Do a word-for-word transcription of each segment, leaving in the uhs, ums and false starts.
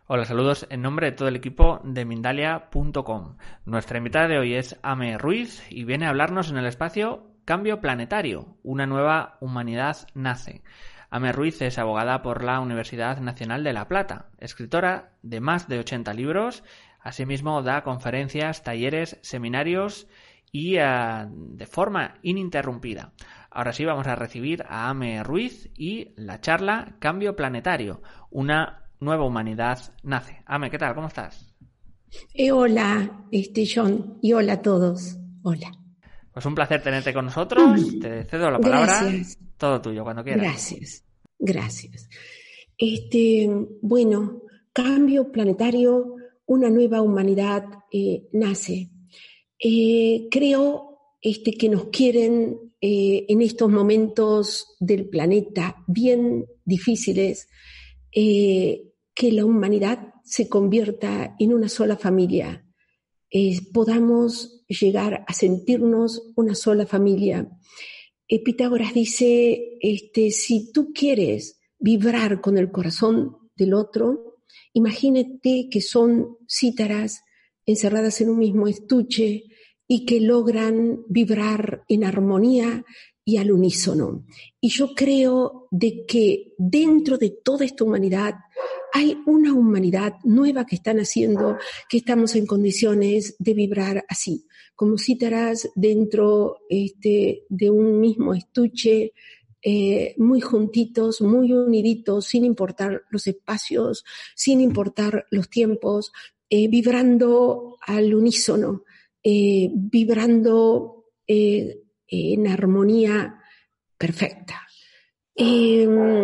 Hola, saludos en nombre de todo el equipo de Mindalia punto com. Nuestra invitada de hoy es Ame Ruiz y viene a hablarnos en el espacio Cambio Planetario, una nueva humanidad nace. Ame Ruiz es abogada por la Universidad Nacional de La Plata, escritora de más de ochenta libros, asimismo da conferencias, talleres, seminarios y uh, de forma ininterrumpida. Ahora sí vamos a recibir a Ame Ruiz y la charla Cambio Planetario, una nueva humanidad nace. Ame, ¿qué tal? ¿Cómo estás? Eh, hola, este John, y hola a todos. Hola. Pues un placer tenerte con nosotros. Te cedo la palabra. Gracias. Todo tuyo, cuando quieras. Gracias. Gracias. Este, bueno, Cambio Planetario, una nueva humanidad eh, nace. Eh, creo este, que nos quieren eh, en estos momentos del planeta bien difíciles, eh, que la humanidad se convierta en una sola familia, eh, podamos llegar a sentirnos una sola familia. Eh, Pitágoras dice, este, si tú quieres vibrar con el corazón del otro, imagínate que son cítaras encerradas en un mismo estuche y que logran vibrar en armonía y al unísono. Y yo creo de que dentro de toda esta humanidad hay una humanidad nueva que está naciendo, que estamos en condiciones de vibrar así, como cítaras dentro este, de un mismo estuche, eh, muy juntitos, muy uniditos, sin importar los espacios, sin importar los tiempos, eh, vibrando al unísono, eh, vibrando eh, en armonía perfecta. Eh,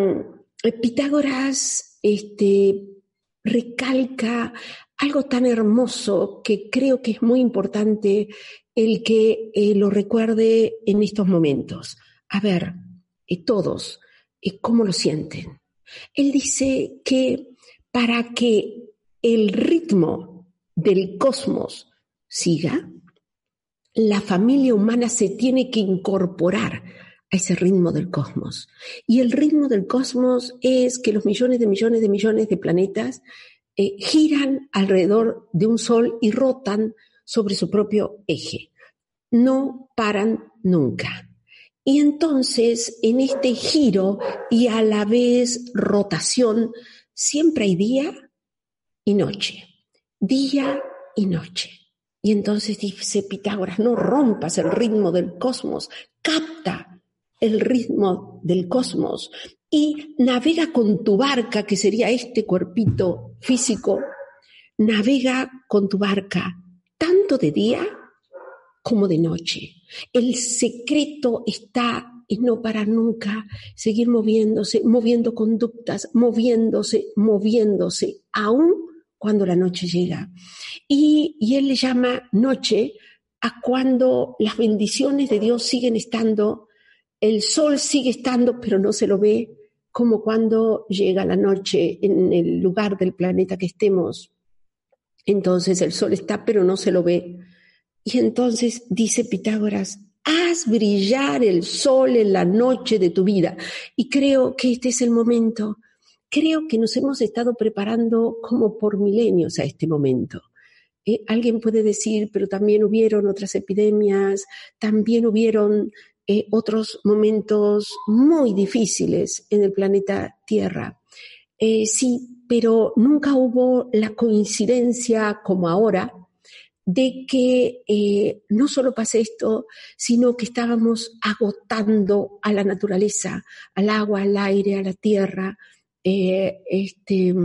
Pitágoras este, recalca algo tan hermoso que creo que es muy importante el que eh, lo recuerde en estos momentos. A ver, eh, todos, eh, ¿cómo lo sienten? Él dice que para que el ritmo del cosmos siga, la familia humana se tiene que incorporar a ese ritmo del cosmos. Y el ritmo del cosmos es que los millones de millones de millones de planetas eh, giran alrededor de un sol y rotan sobre su propio eje. No paran nunca. Y entonces, en este giro y a la vez rotación, siempre hay día y noche. Día y noche. Y entonces dice Pitágoras, no rompas el ritmo del cosmos, capta el ritmo del cosmos y navega con tu barca, que sería este cuerpito físico, navega con tu barca tanto de día como de noche. El secreto está en no parar nunca, seguir moviéndose, moviendo conductas, moviéndose, moviéndose, aún cuando la noche llega. Y, y él le llama noche a cuando las bendiciones de Dios siguen estando, el sol sigue estando, pero no se lo ve, como cuando llega la noche en el lugar del planeta que estemos. Entonces el sol está, pero no se lo ve. Y entonces dice Pitágoras, haz brillar el sol en la noche de tu vida. Y creo que este es el momento. Creo que nos hemos estado preparando como por milenios a este momento. Eh, alguien puede decir, pero también hubieron otras epidemias, también hubieron eh, otros momentos muy difíciles en el planeta Tierra. Eh, sí, pero nunca hubo la coincidencia como ahora de que eh, no solo pase esto, sino que estábamos agotando a la naturaleza, al agua, al aire, a la tierra, eh, este,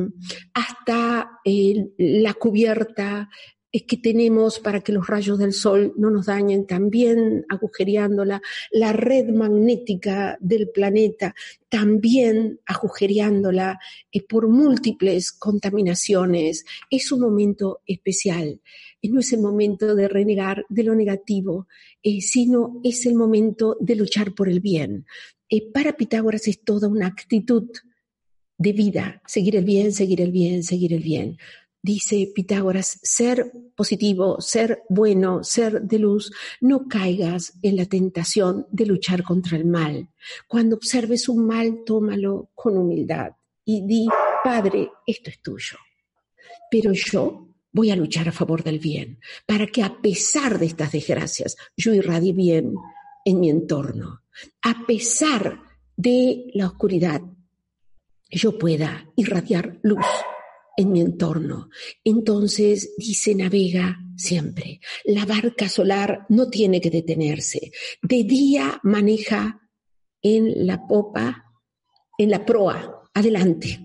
hasta eh, la cubierta eh, que tenemos para que los rayos del sol no nos dañen, también agujereándola, la red magnética del planeta, también agujereándola eh, por múltiples contaminaciones. Es un momento especial. No es el momento de renegar de lo negativo, eh, sino es el momento de luchar por el bien. Eh, para Pitágoras es toda una actitud de vida, seguir el bien, seguir el bien, seguir el bien. Dice Pitágoras, ser positivo, ser bueno, ser de luz, no caigas en la tentación de luchar contra el mal. Cuando observes un mal, tómalo con humildad y di, Padre, esto es tuyo. pero yo voy a luchar a favor del bien, para que a pesar de estas desgracias, yo irradie bien en mi entorno. A pesar de la oscuridad, yo pueda irradiar luz en mi entorno. Entonces, dice, navega siempre. La barca solar no tiene que detenerse. De día maneja en la popa, en la proa, adelante.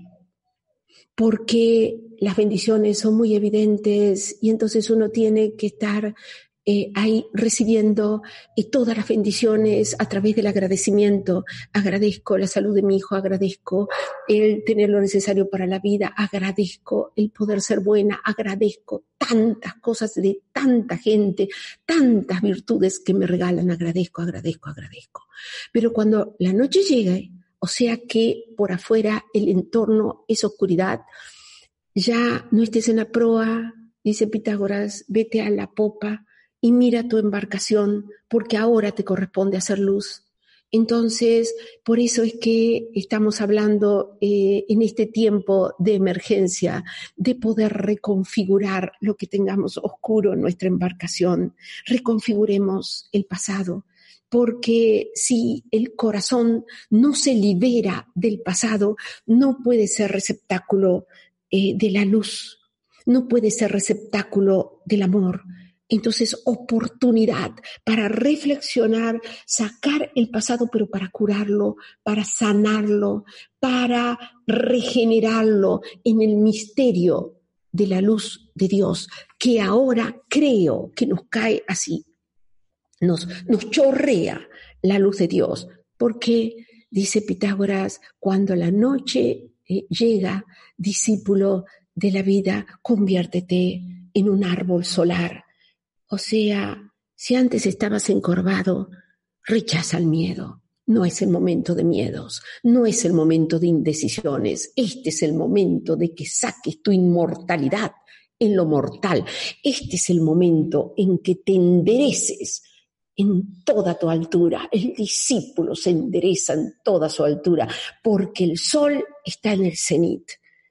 Porque las bendiciones son muy evidentes y entonces uno tiene que estar eh, ahí recibiendo eh, todas las bendiciones a través del agradecimiento. Agradezco la salud de mi hijo, agradezco el tener lo necesario para la vida, agradezco el poder ser buena, agradezco tantas cosas de tanta gente, tantas virtudes que me regalan, agradezco, agradezco, agradezco. Pero cuando la noche llega, o sea que por afuera el entorno es oscuridad, ya no estés en la proa, dice Pitágoras, vete a la popa y mira tu embarcación, porque ahora te corresponde hacer luz. Entonces, por eso es que estamos hablando eh, en este tiempo de emergencia, de poder reconfigurar lo que tengamos oscuro en nuestra embarcación. Reconfiguremos el pasado. Porque si el corazón no se libera del pasado, no puede ser receptáculo eh, de la luz, no puede ser receptáculo del amor. Entonces, oportunidad para reflexionar, sacar el pasado, pero para curarlo, para sanarlo, para regenerarlo en el misterio de la luz de Dios, que ahora creo que nos cae así. Nos, nos chorrea la luz de Dios, porque, dice Pitágoras, cuando la noche eh, llega, discípulo de la vida, conviértete en un árbol solar. O sea, si antes estabas encorvado, rechaza el miedo. No es el momento de miedos, no es el momento de indecisiones. Este es el momento de que saques tu inmortalidad en lo mortal. Este es el momento en que te endereces en toda tu altura. El discípulo se endereza en toda su altura, porque el sol está en el cenit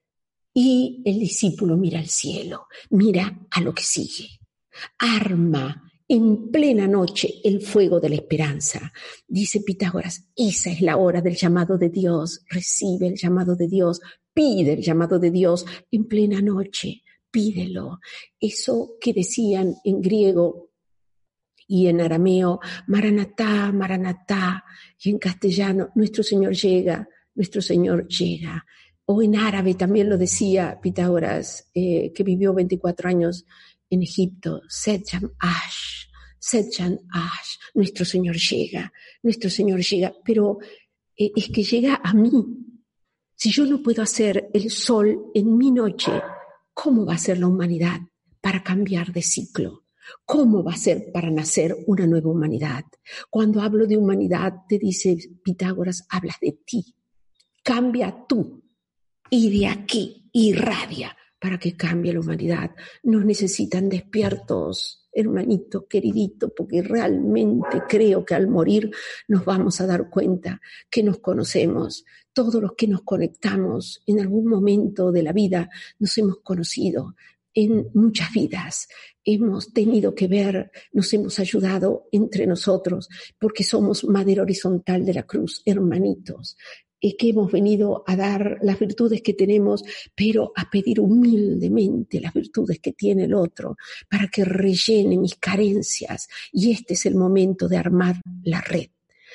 y el discípulo mira al cielo, mira a lo que sigue. Arma en plena noche el fuego de la esperanza. Dice Pitágoras, esa es la hora del llamado de Dios. Recibe el llamado de Dios, pide el llamado de Dios en plena noche, pídelo. Eso que decían en griego y en arameo, Maranatá, Maranatá, y en castellano, nuestro Señor llega, nuestro Señor llega. O en árabe también lo decía Pitágoras, eh, que vivió veinticuatro años en Egipto, Sedjam Ash, Sedjam Ash, nuestro Señor llega, nuestro Señor llega, pero eh, es que llega a mí. Si yo no puedo hacer el sol en mi noche, ¿cómo va a ser la humanidad para cambiar de ciclo? ¿Cómo va a ser para nacer una nueva humanidad? Cuando hablo de humanidad, te dice Pitágoras, hablas de ti. Cambia tú y de aquí irradia para que cambie la humanidad. Nos necesitan despiertos, hermanito, queridito, porque realmente creo que al morir nos vamos a dar cuenta que nos conocemos. Todos los que nos conectamos en algún momento de la vida nos hemos conocido. En muchas vidas hemos tenido que ver, nos hemos ayudado entre nosotros, porque somos madera horizontal de la cruz, hermanitos, y que hemos venido a dar las virtudes que tenemos, pero a pedir humildemente las virtudes que tiene el otro, para que rellene mis carencias, y este es el momento de armar la red.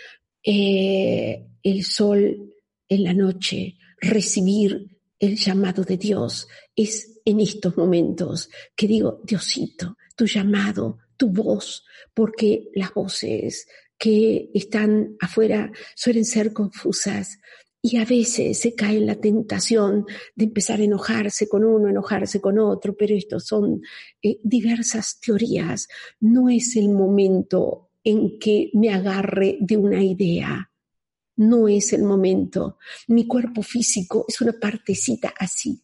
Eh, el sol en la noche, recibir el llamado de Dios, es en estos momentos que digo, Diosito, tu llamado, tu voz, porque las voces que están afuera suelen ser confusas y a veces se cae en la tentación de empezar a enojarse con uno, enojarse con otro, pero estos son eh, diversas teorías. No es el momento en que me agarre de una idea. No es el momento. Mi cuerpo físico es una partecita así,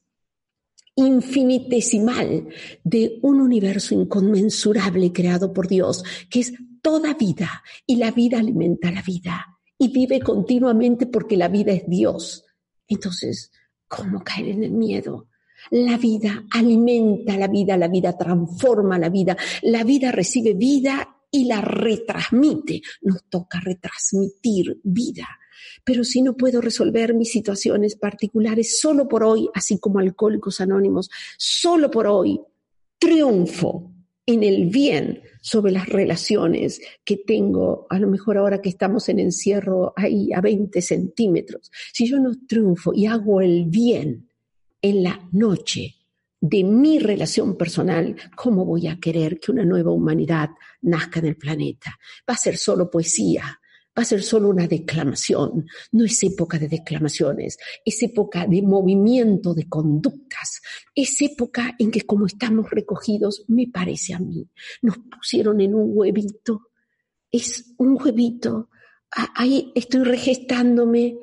infinitesimal de un universo inconmensurable creado por Dios, que es toda vida, y la vida alimenta la vida y vive continuamente porque la vida es Dios. Entonces, ¿cómo caer en el miedo? La vida alimenta la vida, la vida transforma la vida, la vida recibe vida y la retransmite. Nos toca retransmitir vida. Pero si no puedo resolver mis situaciones particulares solo por hoy, así como Alcohólicos Anónimos, solo por hoy, triunfo en el bien sobre las relaciones que tengo, a lo mejor ahora que estamos en encierro ahí a veinte centímetros. Si yo no triunfo y hago el bien en la noche de mi relación personal, ¿cómo voy a querer que una nueva humanidad nazca en el planeta? Va a ser solo poesía. Va a ser solo una declamación. No es época de declamaciones, es época de movimiento de conductas. Es época en que, como estamos recogidos, me parece a mí, nos pusieron en un huevito. Es un huevito. Ahí estoy regestándome.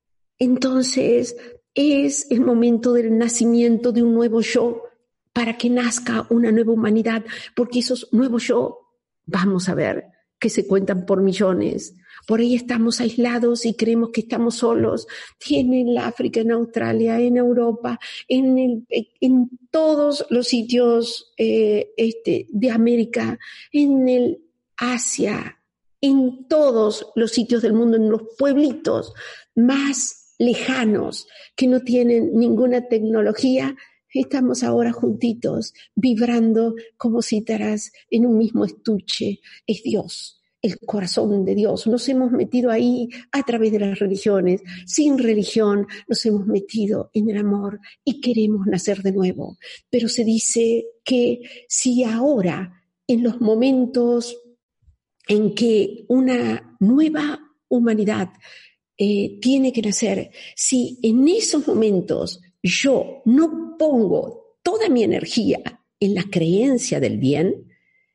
Entonces, es el momento del nacimiento de un nuevo yo para que nazca una nueva humanidad, porque esos nuevos yo, vamos a ver, que se cuentan por millones. Por ahí estamos aislados y creemos que estamos solos. Tiene en el África, en Australia, en Europa, en, el, en todos los sitios eh, este, de América, en el Asia, en todos los sitios del mundo, en los pueblitos más lejanos que no tienen ninguna tecnología. Estamos ahora juntitos, vibrando como cítaras en un mismo estuche. Es Dios, el corazón de Dios. Nos hemos metido ahí a través de las religiones. Sin religión nos hemos metido en el amor y queremos nacer de nuevo. Pero se dice que si ahora, en los momentos en que una nueva humanidad eh, tiene que nacer, si en esos momentos yo no pongo toda mi energía en la creencia del bien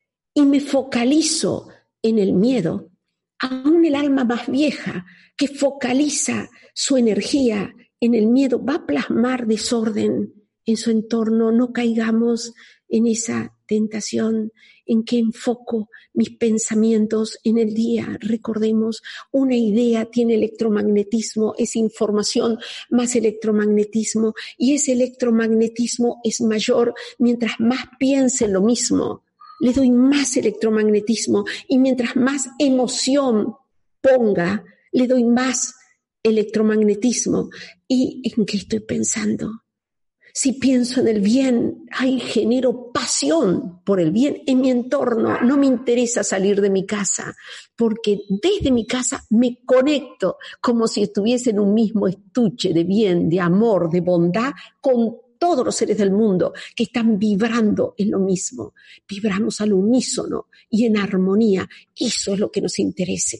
y me focalizo en el miedo, aún el alma más vieja que focaliza su energía en el miedo va a plasmar desorden en su entorno. No caigamos en esa tentación en que enfoco mis pensamientos en el día. Recordemos, una idea tiene electromagnetismo, es información más electromagnetismo, y ese electromagnetismo es mayor mientras más piense lo mismo. Le doy más electromagnetismo, y mientras más emoción ponga, le doy más electromagnetismo. ¿Y en qué estoy pensando? Si pienso en el bien, ay, genero pasión por el bien en mi entorno. No me interesa salir de mi casa, porque desde mi casa me conecto como si estuviese en un mismo estuche de bien, de amor, de bondad, con todos los seres del mundo que están vibrando en lo mismo. Vibramos al unísono y en armonía. Eso es lo que nos interesa.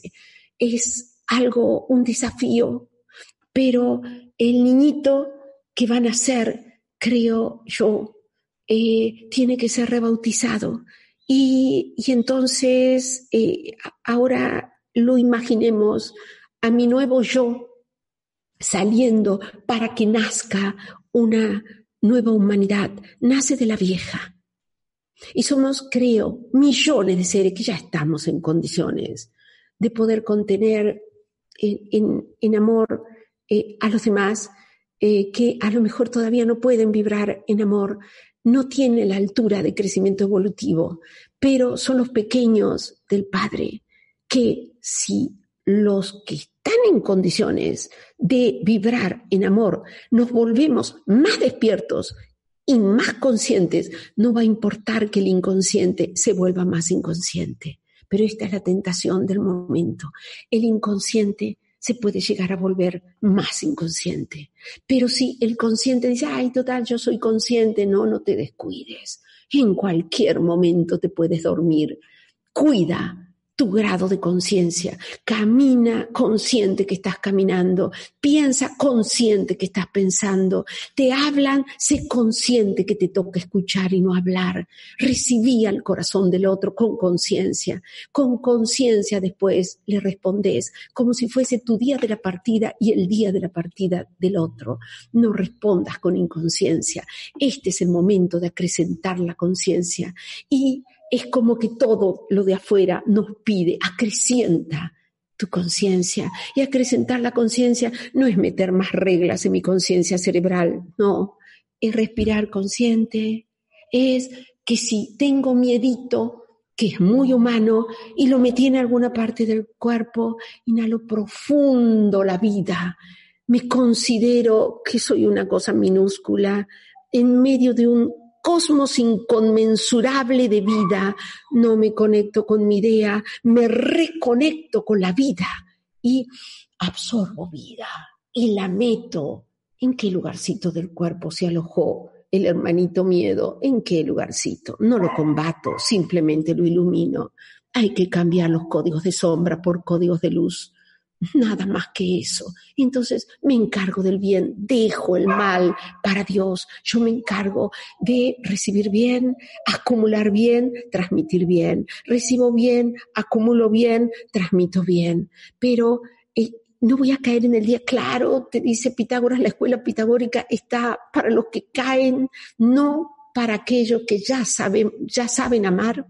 Es algo, un desafío, pero el niñito que va a nacer, creo yo, eh, tiene que ser rebautizado. Y, y entonces, eh, ahora lo imaginemos a mi nuevo yo saliendo para que nazca una nueva humanidad. Nace de la vieja. Y somos, creo, millones de seres que ya estamos en condiciones de poder contener en, en, en amor eh, a los demás, Eh, que a lo mejor todavía no pueden vibrar en amor, no tienen la altura de crecimiento evolutivo, pero son los pequeños del Padre, que si los que están en condiciones de vibrar en amor nos volvemos más despiertos y más conscientes, no va a importar que el inconsciente se vuelva más inconsciente. Pero esta es la tentación del momento. El inconsciente se puede llegar a volver más inconsciente. Pero si el consciente dice, ay, total, yo soy consciente, no, no te descuides. En cualquier momento te puedes dormir. Cuida tu grado de conciencia. Camina consciente que estás caminando. Piensa consciente que estás pensando. Te hablan, sé consciente que te toca escuchar y no hablar. Recibí al corazón del otro con conciencia. Con conciencia después le respondes como si fuese tu día de la partida y el día de la partida del otro. No respondas con inconsciencia. Este es el momento de acrecentar la conciencia. Y es como que todo lo de afuera nos pide, acrecienta tu conciencia. Y acrecentar la conciencia no es meter más reglas en mi conciencia cerebral, no. es respirar consciente, es que si tengo miedito, que es muy humano, y lo metí en alguna parte del cuerpo, inhalo profundo la vida. Me considero que soy una cosa minúscula en medio de un cosmos inconmensurable de vida. No me conecto con mi idea, me reconecto con la vida y absorbo vida y la meto. ¿En qué lugarcito del cuerpo se alojó el hermanito miedo? ¿En qué lugarcito? No lo combato, simplemente lo ilumino. Hay que cambiar los códigos de sombra por códigos de luz. Nada más que eso. Entonces me encargo del bien, dejo el mal para Dios. Yo me encargo de recibir bien, acumular bien, transmitir bien. Recibo bien, acumulo bien, transmito bien. Pero eh, no voy a caer en el día. Claro, te dice Pitágoras, la escuela pitagórica está para los que caen, no para aquellos que ya saben, ya saben amar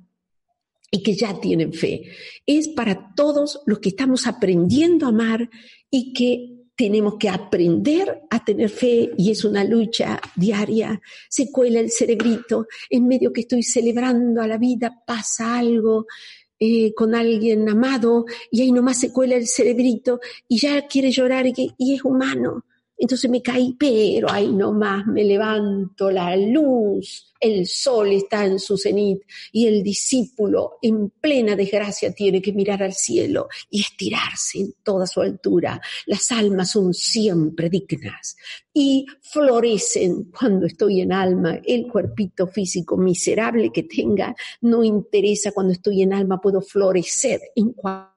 y que ya tienen fe. Es para todos los que estamos aprendiendo a amar y que tenemos que aprender a tener fe, y es una lucha diaria. Se cuela el cerebrito, en medio que estoy celebrando a la vida, pasa algo eh, con alguien amado y ahí nomás se cuela el cerebrito y ya quiere llorar y, y es humano. Entonces me caí, pero ahí nomás me levanto, la luz, el sol está en su cenit y el discípulo en plena desgracia tiene que mirar al cielo y estirarse en toda su altura. Las almas son siempre dignas y florecen cuando estoy en alma. El cuerpito físico miserable que tenga no interesa. Cuando estoy en alma puedo florecer en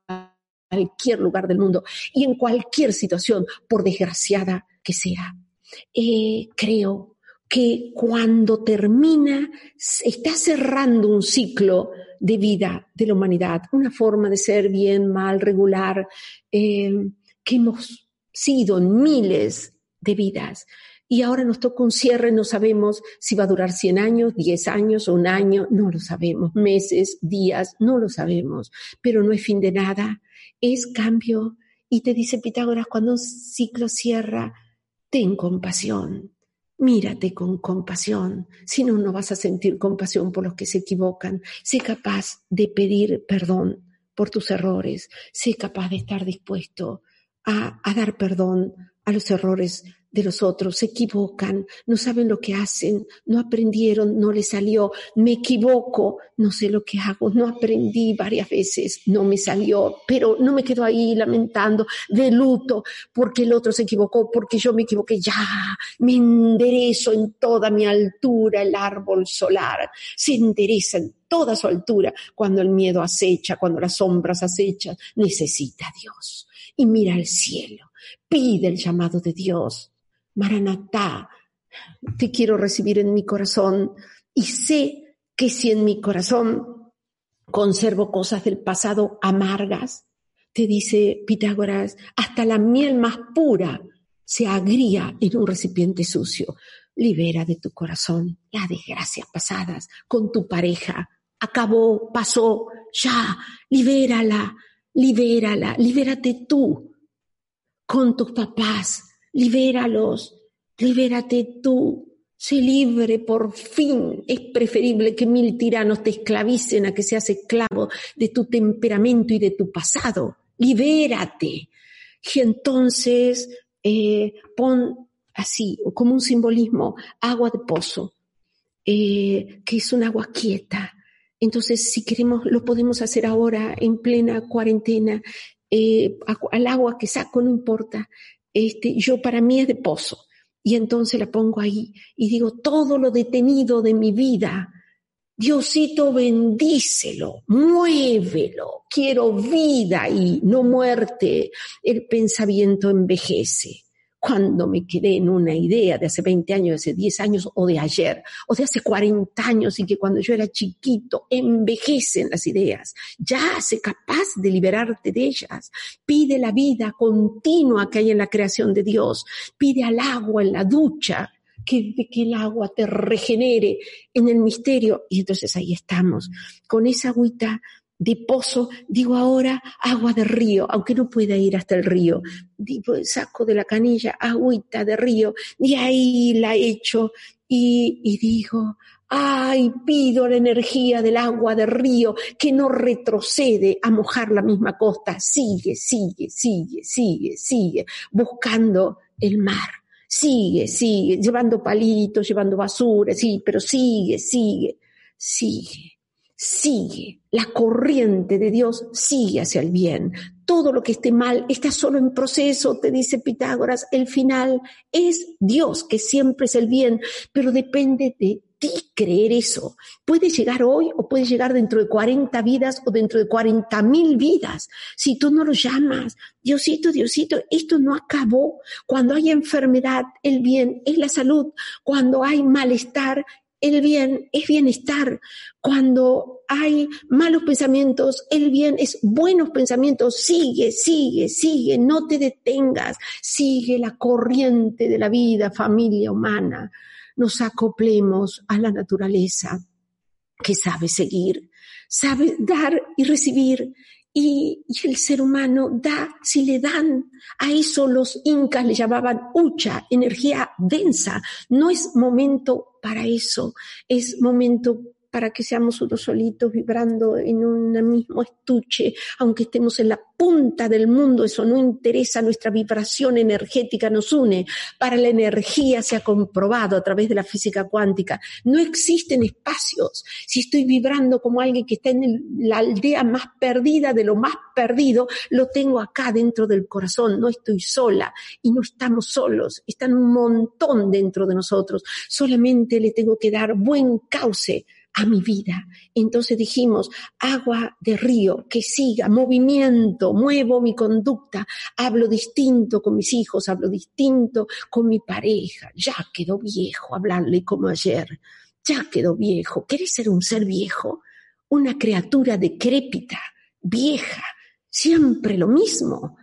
cualquier lugar del mundo y en cualquier situación, por desgraciada que sea. Eh, creo que cuando termina, está cerrando un ciclo de vida de la humanidad, una forma de ser bien, mal, regular, eh, que hemos sido en miles de vidas. Y ahora nos toca un cierre, no sabemos si va a durar cien años, diez años o un año, no lo sabemos, meses, días, no lo sabemos, pero no es fin de nada, es cambio. Y te dice Pitágoras, cuando un ciclo cierra, ten compasión, mírate con compasión, si no, no vas a sentir compasión por los que se equivocan. Sé capaz de pedir perdón por tus errores, sé capaz de estar dispuesto a, a dar perdón a los errores de los otros. Se equivocan, no saben lo que hacen, no aprendieron, no les salió, me equivoco, no sé lo que hago, no aprendí varias veces, no me salió, pero no me quedo ahí lamentando de luto porque el otro se equivocó, porque yo me equivoqué. Ya, me enderezo en toda mi altura. El árbol solar se endereza en toda su altura cuando el miedo acecha, cuando las sombras acechan. Necesita a Dios y mira al cielo, pide el llamado de Dios. Maranatá, te quiero recibir en mi corazón, y sé que si en mi corazón conservo cosas del pasado amargas, te dice Pitágoras, hasta la miel más pura se agría en un recipiente sucio. Libera de tu corazón las desgracias pasadas con tu pareja. Acabó, pasó, ya, libérala, libérala, libérate tú con tus papás. Libéralos, libérate tú, sé libre por fin. Es preferible que mil tiranos te esclavicen a que seas esclavo de tu temperamento y de tu pasado. Libérate. Y entonces eh, pon así, como un simbolismo, agua de pozo, eh, que es un agua quieta. Entonces, si queremos, lo podemos hacer ahora en plena cuarentena. Eh, al agua que saco no importa. Este, yo para mí es de pozo, y entonces la pongo ahí y digo, todo lo detenido de mi vida, Diosito bendícelo, muévelo, quiero vida y no muerte. El pensamiento envejece. Cuando me quedé en una idea de hace veinte años, de hace diez años, o de ayer, o de hace cuarenta años, y que cuando yo era chiquito, envejecen las ideas. Ya sé capaz de liberarte de ellas. Pide la vida continua que hay en la creación de Dios. Pide al agua en la ducha, que, que el agua te regenere en el misterio. Y entonces ahí estamos, con esa agüita de pozo, digo ahora agua de río, aunque no pueda ir hasta el río. Digo, saco de la canilla agüita de río, y ahí la echo y, y digo, ay, pido la energía del agua de río que no retrocede a mojar la misma costa. Sigue, sigue, sigue, sigue, sigue, buscando el mar. Sigue, sigue, llevando palitos, llevando basura, sí, pero sigue, sigue, sigue. Sigue, la corriente de Dios sigue hacia el bien. Todo lo que esté mal está solo en proceso, te dice Pitágoras. El final es Dios, que siempre es el bien, pero depende de ti creer eso. Puede llegar hoy o puede llegar dentro de cuarenta vidas o dentro de cuarenta mil vidas. Si tú no lo llamas, Diosito, Diosito, esto no acabó. Cuando hay enfermedad, el bien es la salud. Cuando hay malestar, el bien es bienestar. Cuando hay malos pensamientos, el bien es buenos pensamientos. Sigue, sigue, sigue, no te detengas. Sigue la corriente de la vida, familia humana. Nos acoplemos a la naturaleza que sabe seguir, sabe dar y recibir. Y, y el ser humano da si le dan. A eso los incas le llamaban hucha, energía densa. No es momento para eso, es momento para que seamos unos solitos vibrando en un mismo estuche, aunque estemos en la punta del mundo, eso no interesa, nuestra vibración energética nos une. Para la energía se ha comprobado a través de la física cuántica, no existen espacios. Si estoy vibrando como alguien que está en el, la aldea más perdida de lo más perdido, lo tengo acá dentro del corazón, no estoy sola y no estamos solos, están un montón dentro de nosotros, solamente le tengo que dar buen cauce a mi vida. Entonces dijimos, agua de río, que siga, movimiento, muevo mi conducta, hablo distinto con mis hijos, hablo distinto con mi pareja. Ya quedó viejo hablarle como ayer, ya quedó viejo. ¿Querés ser un ser viejo? Una criatura decrépita, vieja, siempre lo mismo.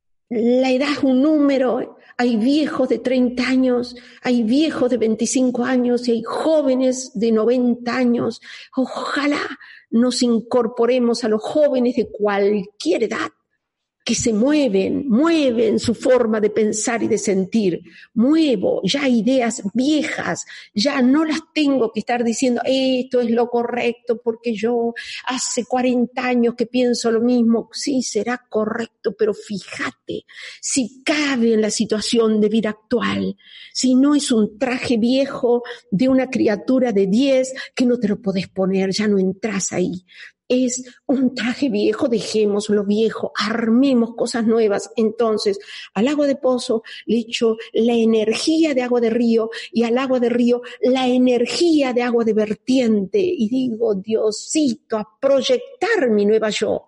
La edad es un número. Hay viejos de treinta años, hay viejos de veinticinco años y hay jóvenes de noventa años. Ojalá nos incorporemos a los jóvenes de cualquier edad que se mueven, mueven su forma de pensar y de sentir. Muevo ya ideas viejas, ya no las tengo que estar diciendo esto es lo correcto porque yo hace cuarenta años que pienso lo mismo. Sí, será correcto, pero fíjate si cabe en la situación de vida actual, si no es un traje viejo de una criatura de diez que no te lo podés poner, ya no entras ahí. Es un traje viejo, dejemos lo viejo, armemos cosas nuevas. Entonces, al agua de pozo le echo la energía de agua de río y al agua de río la energía de agua de vertiente. Y digo, Diosito, a proyectar mi nueva yo,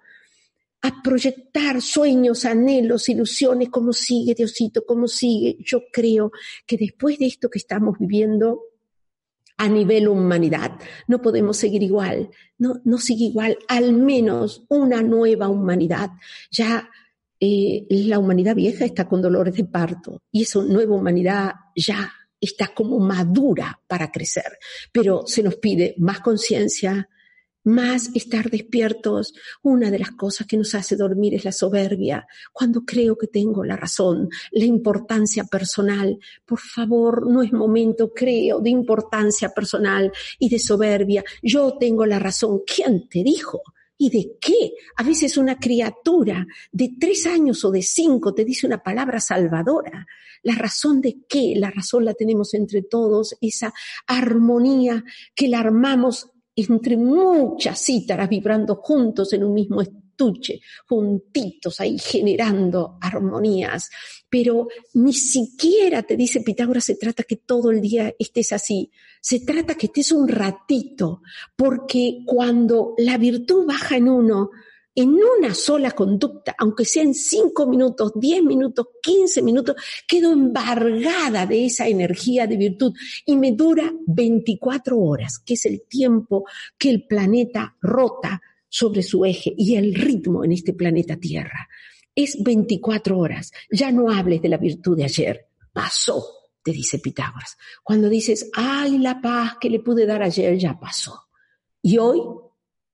a proyectar sueños, anhelos, ilusiones. ¿Cómo sigue, Diosito? ¿Cómo sigue? Yo creo que después de esto que estamos viviendo, a nivel humanidad, no podemos seguir igual, no, no sigue igual, al menos una nueva humanidad. Ya eh, la humanidad vieja está con dolores de parto y esa nueva humanidad ya está como madura para crecer, pero se nos pide más conciencia, más estar despiertos. Una de las cosas que nos hace dormir es la soberbia. Cuando creo que tengo la razón, la importancia personal. Por favor, no es momento, creo, de importancia personal y de soberbia. Yo tengo la razón. ¿Quién te dijo? ¿Y de qué? A veces una criatura de tres años o de cinco te dice una palabra salvadora. ¿La razón de qué? La razón la tenemos entre todos, esa armonía que la armamos entre muchas cítaras vibrando juntos en un mismo estuche, juntitos ahí generando armonías. Pero ni siquiera, te dice Pitágoras, se trata que todo el día estés así. Se trata que estés un ratito, porque cuando la virtud baja en uno, en una sola conducta, aunque sean cinco minutos, diez minutos, quince minutos, quedo embargada de esa energía de virtud y me dura veinticuatro horas, que es el tiempo que el planeta rota sobre su eje y el ritmo en este planeta Tierra. Es veinticuatro horas. Ya no hables de la virtud de ayer. Pasó, te dice Pitágoras. Cuando dices, ay, la paz que le pude dar ayer ya pasó. Y hoy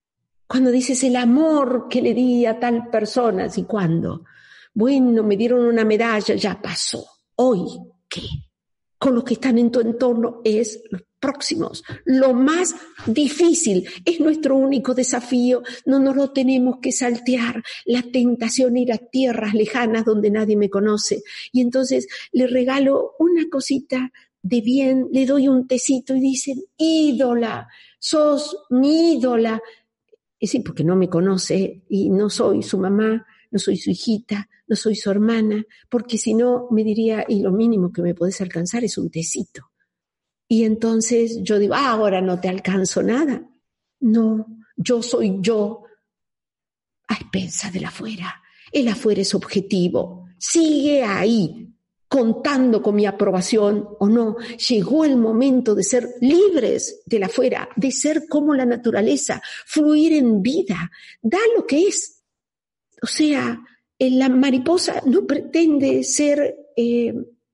Cuando dices el amor que le di a tal persona, ¿y cuándo? Bueno, me dieron una medalla, ya pasó. Hoy, ¿qué? Con los que están en tu entorno es los próximos. Lo más difícil es nuestro único desafío. No nos lo tenemos que saltear. La tentación de ir a tierras lejanas donde nadie me conoce. Y entonces le regalo una cosita de bien, le doy un tecito y dicen, ídola, sos mi ídola. Es decir, porque no me conoce y no soy su mamá, no soy su hijita, no soy su hermana, porque si no me diría, y lo mínimo que me podés alcanzar es un tecito. Y entonces yo digo, ah, ahora no te alcanzo nada. No, yo soy yo a expensas del afuera. El afuera es objetivo, sigue ahí, contando con mi aprobación o no. Llegó el momento de ser libres del afuera, de ser como la naturaleza, fluir en vida, da lo que es. O sea, la mariposa no pretende ser eh,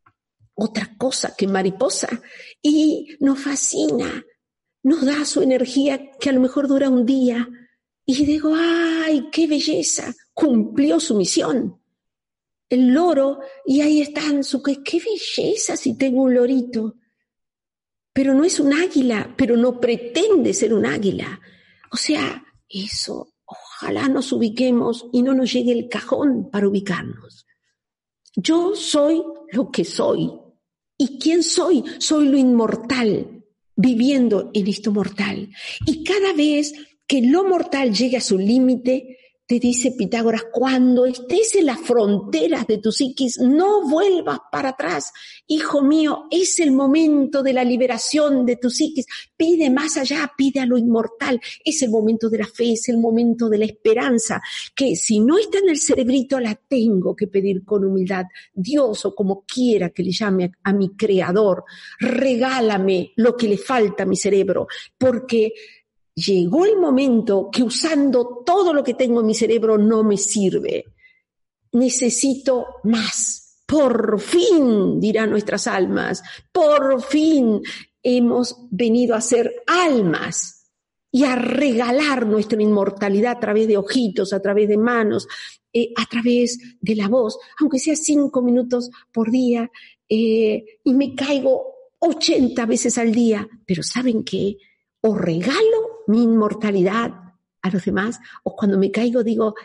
otra cosa que mariposa y nos fascina, nos da su energía que a lo mejor dura un día y digo, ¡ay, qué belleza! Cumplió su misión. El loro, y ahí están, su, qué, qué belleza si tengo un lorito. Pero no es un águila, pero no pretende ser un águila. O sea, eso... Ojalá nos ubiquemos y no nos llegue el cajón para ubicarnos. Yo soy lo que soy. ¿Y quién soy? Soy lo inmortal, viviendo en esto mortal. Y cada vez que lo mortal llegue a su límite, te dice Pitágoras, cuando estés en las fronteras de tu psiquis, no vuelvas para atrás. Hijo mío, es el momento de la liberación de tu psiquis. Pide más allá, pide a lo inmortal. Es el momento de la fe, es el momento de la esperanza, que si no está en el cerebrito, la tengo que pedir con humildad. Dios, o como quiera que le llame a, a mi creador, regálame lo que le falta a mi cerebro, porque llegó el momento que usando todo lo que tengo en mi cerebro no me sirve. Necesito más. Por fin, dirán nuestras almas, por fin hemos venido a ser almas y a regalar nuestra inmortalidad a través de ojitos, a través de manos, eh, a través de la voz, aunque sea cinco minutos por día, eh, y me caigo ochenta veces al día. Pero ¿saben qué? O regalo mi inmortalidad a los demás, o cuando me caigo digo,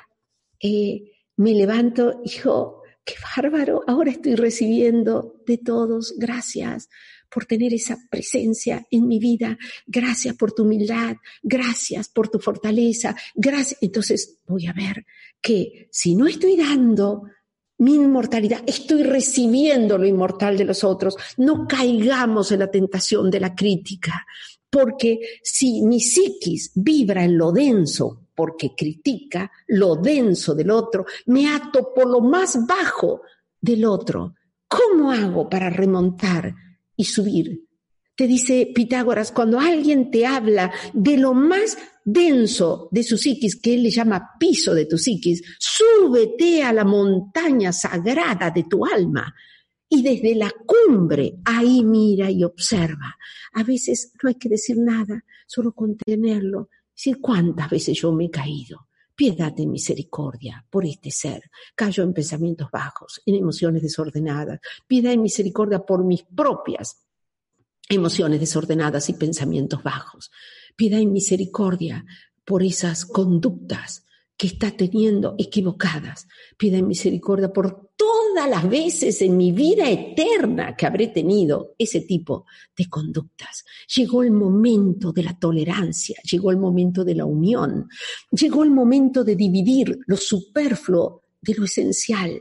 eh, me levanto y digo, qué bárbaro, ahora estoy recibiendo de todos, gracias por tener esa presencia en mi vida, gracias por tu humildad, gracias por tu fortaleza, gracias. Entonces voy a ver que si no estoy dando mi inmortalidad, estoy recibiendo lo inmortal de los otros. No caigamos en la tentación de la crítica, porque si mi psiquis vibra en lo denso, porque critica lo denso del otro, me ato por lo más bajo del otro. ¿Cómo hago para remontar y subir? Te dice Pitágoras, cuando alguien te habla de lo más denso de su psiquis, que él le llama piso de tu psiquis, súbete a la montaña sagrada de tu alma. Y desde la cumbre, ahí mira y observa. A veces no hay que decir nada, solo contenerlo. Decir cuántas veces yo me he caído. Piedad y misericordia por este ser. Cayó en pensamientos bajos, en emociones desordenadas. Piedad y misericordia por mis propias emociones desordenadas y pensamientos bajos. Piedad y misericordia por esas conductas que está teniendo equivocadas. Piedad y misericordia por todas las veces en mi vida eterna que habré tenido ese tipo de conductas. Llegó el momento de la tolerancia, llegó el momento de la unión, llegó el momento de dividir lo superfluo de lo esencial.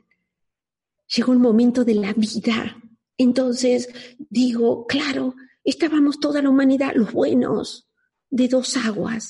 Llegó el momento de la vida. Entonces digo, claro, estábamos toda la humanidad, los buenos, de dos aguas,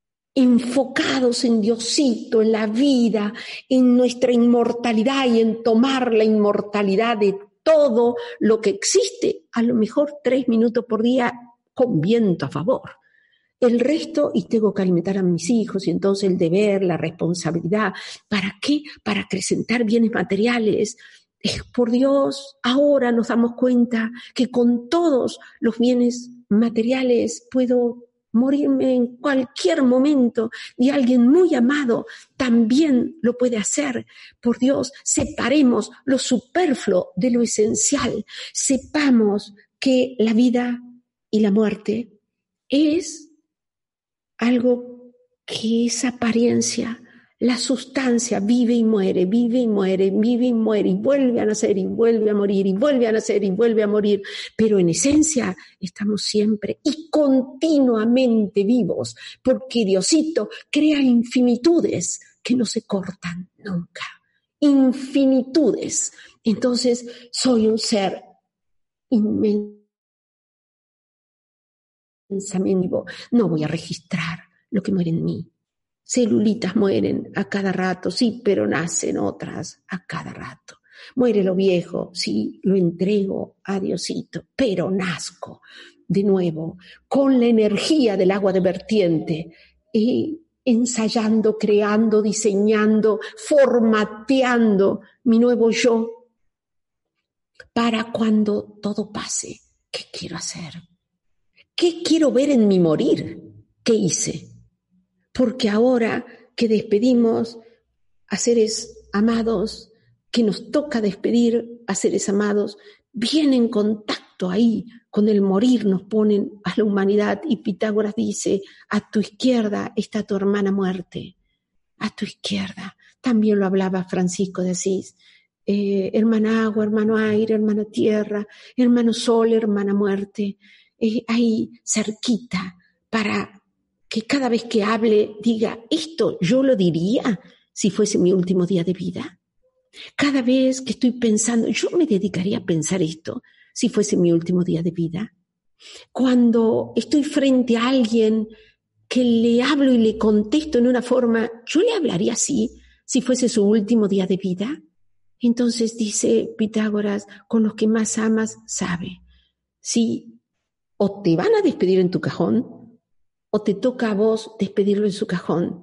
enfocados en Diosito, en la vida, en nuestra inmortalidad y en tomar la inmortalidad de todo lo que existe, a lo mejor tres minutos por día con viento a favor. El resto, y tengo que alimentar a mis hijos, y entonces el deber, la responsabilidad. ¿Para qué? Para acrecentar bienes materiales. Eh, por Dios, ahora nos damos cuenta que con todos los bienes materiales puedo morirme en cualquier momento de alguien muy amado, también lo puede hacer. Por Dios, separemos lo superfluo de lo esencial. Sepamos que la vida y la muerte es algo que es apariencia. La sustancia vive y muere, vive y muere, vive y muere, y vuelve a nacer, y vuelve a morir, y vuelve a nacer, y vuelve a morir. Pero en esencia estamos siempre y continuamente vivos, porque Diosito crea infinitudes que no se cortan nunca. Infinitudes. Entonces, soy un ser inmensamente vivo. No voy a registrar lo que muere en mí. Celulitas mueren a cada rato, sí, pero nacen otras a cada rato. Muere lo viejo, sí, lo entrego a Diosito, pero nazco de nuevo con la energía del agua de vertiente y ensayando, creando, diseñando, formateando mi nuevo yo para cuando todo pase. ¿Qué quiero hacer? ¿Qué quiero ver en mi morir? ¿Qué hice? Porque ahora que despedimos a seres amados, que nos toca despedir a seres amados, viene en contacto ahí con el morir, nos ponen a la humanidad y Pitágoras dice, a tu izquierda está tu hermana muerte, a tu izquierda. También lo hablaba Francisco de Asís, eh, hermana agua, hermano aire, hermana tierra, hermano sol, hermana muerte, eh, ahí cerquita para que cada vez que hable diga, esto yo lo diría si fuese mi último día de vida. Cada vez que estoy pensando, yo me dedicaría a pensar esto si fuese mi último día de vida. Cuando estoy frente a alguien que le hablo y le contesto en una forma, yo le hablaría así si fuese su último día de vida. Entonces dice Pitágoras, con los que más amas, sabe. Si o te van a despedir en tu cajón, o te toca a vos despedirlo en su cajón.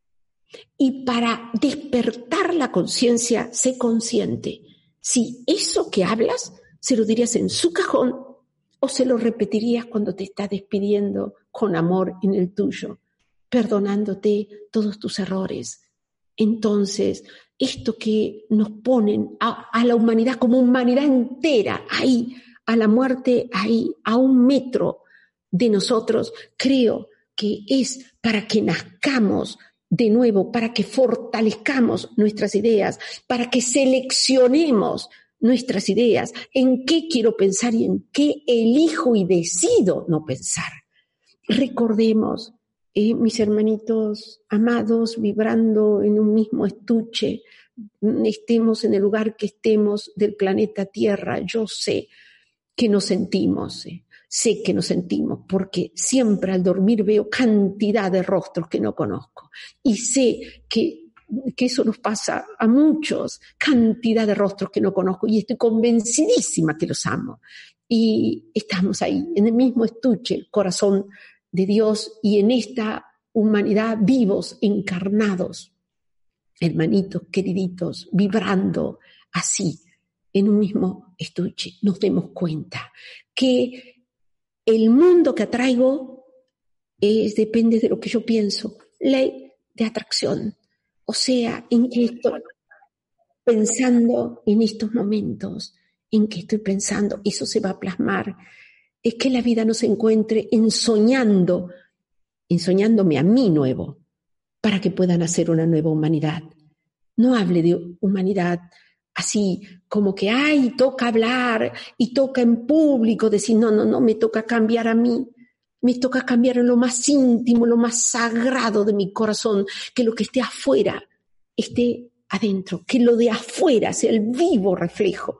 Y para despertar la conciencia, sé consciente. Si eso que hablas se lo dirías en su cajón o se lo repetirías cuando te está despidiendo con amor en el tuyo, perdonándote todos tus errores. Entonces, esto que nos ponen a, a la humanidad como humanidad entera, ahí, a la muerte, ahí, a un metro de nosotros, creo que es para que nazcamos de nuevo, para que fortalezcamos nuestras ideas, para que seleccionemos nuestras ideas, en qué quiero pensar y en qué elijo y decido no pensar. Recordemos, eh, mis hermanitos amados, vibrando en un mismo estuche, estemos en el lugar que estemos del planeta Tierra, yo sé que nos sentimos, eh, Sé que nos sentimos porque siempre al dormir veo cantidad de rostros que no conozco y sé que, que eso nos pasa a muchos, cantidad de rostros que no conozco y estoy convencidísima que los amo. Y estamos ahí, en el mismo estuche, el corazón de Dios y en esta humanidad vivos, encarnados, hermanitos, queriditos, vibrando así, en un mismo estuche. Nos demos cuenta que el mundo que atraigo es, depende de lo que yo pienso. Ley de atracción. O sea, en que estoy pensando en estos momentos, en que estoy pensando, eso se va a plasmar. Es que la vida no se encuentre ensoñando, ensoñándome a mí nuevo, para que pueda nacer una nueva humanidad. No hable de humanidad así como que, ay, toca hablar y toca en público decir, no, no, no, me toca cambiar a mí, me toca cambiar en lo más íntimo, lo más sagrado de mi corazón, que lo que esté afuera esté adentro, que lo de afuera sea el vivo reflejo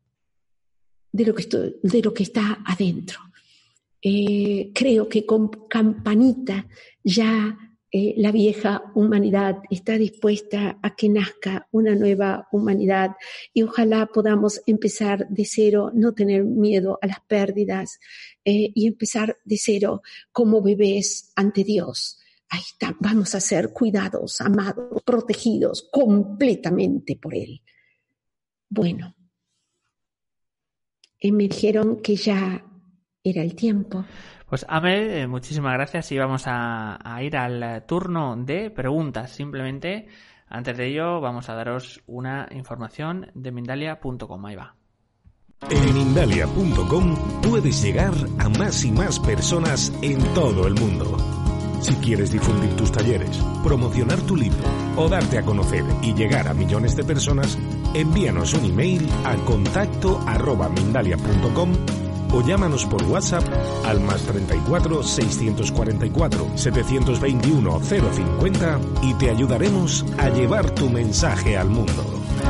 de lo que, estoy, de lo que está adentro. Eh, creo que con Campanita ya Eh, la vieja humanidad está dispuesta a que nazca una nueva humanidad y ojalá podamos empezar de cero, no tener miedo a las pérdidas eh, y empezar de cero como bebés ante Dios. Ahí está, vamos a ser cuidados, amados, protegidos completamente por Él. Bueno, eh, me dijeron que ya Era el tiempo. Pues Ame, muchísimas gracias y vamos a, a ir al turno de preguntas. Simplemente, antes de ello, vamos a daros una información de Mindalia punto com. Ahí va. En Mindalia punto com puedes llegar a más y más personas en todo el mundo. Si quieres difundir tus talleres, promocionar tu libro o darte a conocer y llegar a millones de personas, envíanos un email a contacto arroba mindalia punto com o llámanos por WhatsApp al más treinta y cuatro, seiscientos cuarenta y cuatro, setecientos veintiuno, cero cincuenta y te ayudaremos a llevar tu mensaje al mundo.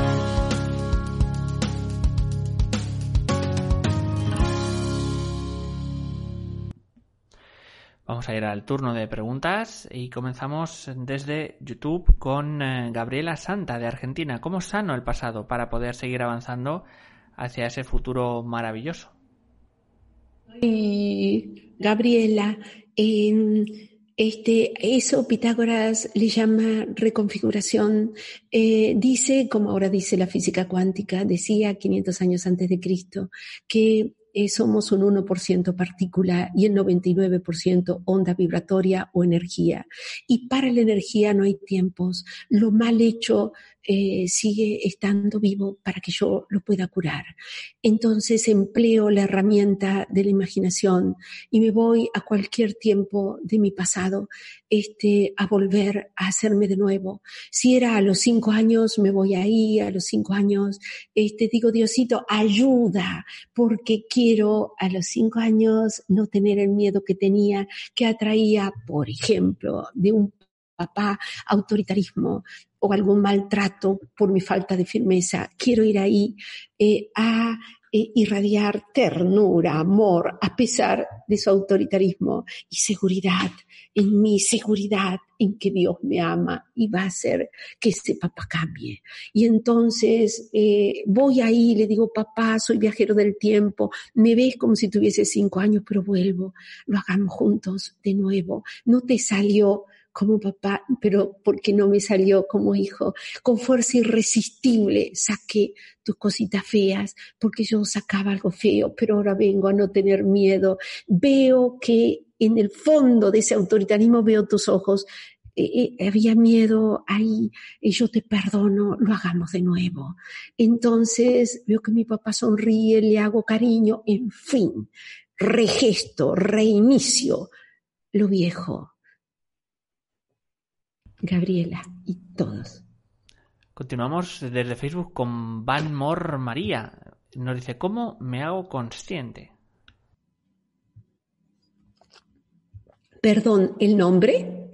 Vamos a ir al turno de preguntas y comenzamos desde YouTube con eh, Gabriela Santa de Argentina. ¿Cómo sano el pasado para poder seguir avanzando hacia ese futuro maravilloso? Ay, Gabriela, eh, este, eso Pitágoras le llama reconfiguración. Eh, dice, como ahora dice la física cuántica, decía quinientos años antes de Cristo, que Eh, somos un uno por ciento partícula y el noventa y nueve por ciento onda vibratoria o energía. Y para la energía no hay tiempos. Lo mal hecho eh, sigue estando vivo para que yo lo pueda curar. Entonces empleo la herramienta de la imaginación y me voy a cualquier tiempo de mi pasado este, a volver a hacerme de nuevo. Si era a los cinco años, me voy ahí, a los cinco años, este, digo, Diosito, ayuda, porque quiero a los cinco años no tener el miedo que tenía, que atraía, por ejemplo, de un papá, autoritarismo o algún maltrato por mi falta de firmeza. Quiero ir ahí eh, a eh, irradiar ternura, amor, a pesar de su autoritarismo y seguridad, en mi seguridad en que Dios me ama y va a hacer que ese papá cambie. Y entonces eh, voy ahí y le digo, papá, soy viajero del tiempo, me ves como si tuviese cinco años, pero vuelvo, lo hagamos juntos de nuevo. No te salió como papá, pero porque no me salió como hijo. Con fuerza irresistible saqué tus cositas feas, porque yo sacaba algo feo, pero ahora vengo a no tener miedo. Veo que en el fondo de ese autoritarismo veo tus ojos. Eh, eh, había miedo ahí, y yo te perdono, lo hagamos de nuevo. Entonces veo que mi papá sonríe, le hago cariño, en fin, regesto, reinicio lo viejo. Gabriela y todos. Continuamos desde Facebook con Van Mor María. Nos dice, ¿cómo me hago consciente? Perdón, ¿el nombre?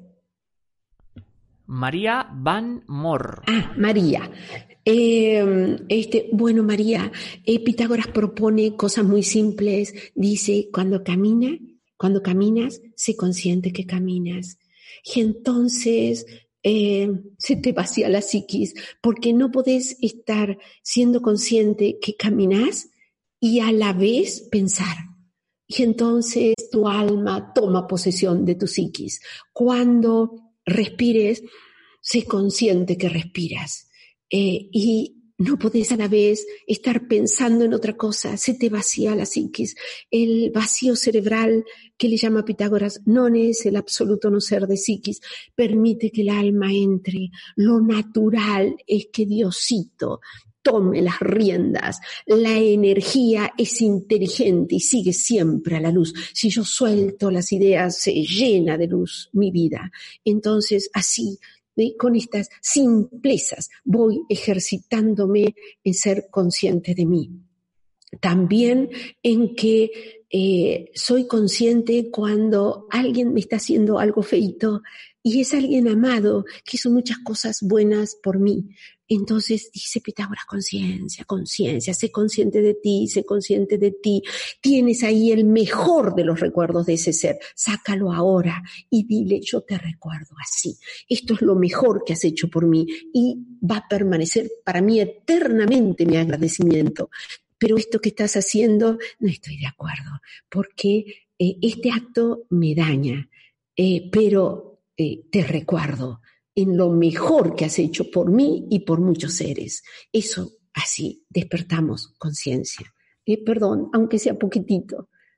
María Van Mor. Ah, María. Eh, este, bueno, María, eh, Pitágoras propone cosas muy simples. Dice, cuando camina, cuando caminas, sé consciente que caminas. Y entonces eh, se te vacía la psiquis, porque no podés estar siendo consciente que caminas y a la vez pensar. Y entonces tu alma toma posesión de tu psiquis. Cuando respires, sé consciente que respiras. Eh, y no podés a la vez estar pensando en otra cosa, se te vacía la psiquis. El vacío cerebral que le llama Pitágoras no es el absoluto no ser de psiquis, permite que el alma entre. Lo natural es que Diosito tome las riendas. La energía es inteligente y sigue siempre a la luz. Si yo suelto las ideas, se llena de luz mi vida. Entonces, así, ¿sí? Con estas simplezas voy ejercitándome en ser consciente de mí. También en que eh, soy consciente cuando alguien me está haciendo algo feito y es alguien amado que hizo muchas cosas buenas por mí. Entonces dice Pitágoras, conciencia, conciencia, sé consciente de ti, sé consciente de ti. Tienes ahí el mejor de los recuerdos de ese ser. Sácalo ahora y dile, yo te recuerdo así. Esto es lo mejor que has hecho por mí y va a permanecer para mí eternamente mi agradecimiento. Pero esto que estás haciendo, no estoy de acuerdo, porque eh, este acto me daña, eh, pero eh, te recuerdo en lo mejor que has hecho por mí y por muchos seres. Eso, así, despertamos conciencia. Eh, perdón, aunque sea poquitito,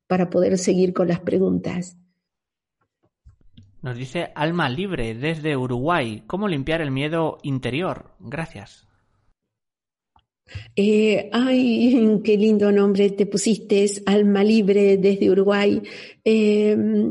para poder seguir con las preguntas. Nos dice Alma Libre desde Uruguay. ¿Cómo limpiar el miedo interior? Gracias. Eh, ay, qué lindo nombre te pusiste, Alma Libre desde Uruguay. Eh,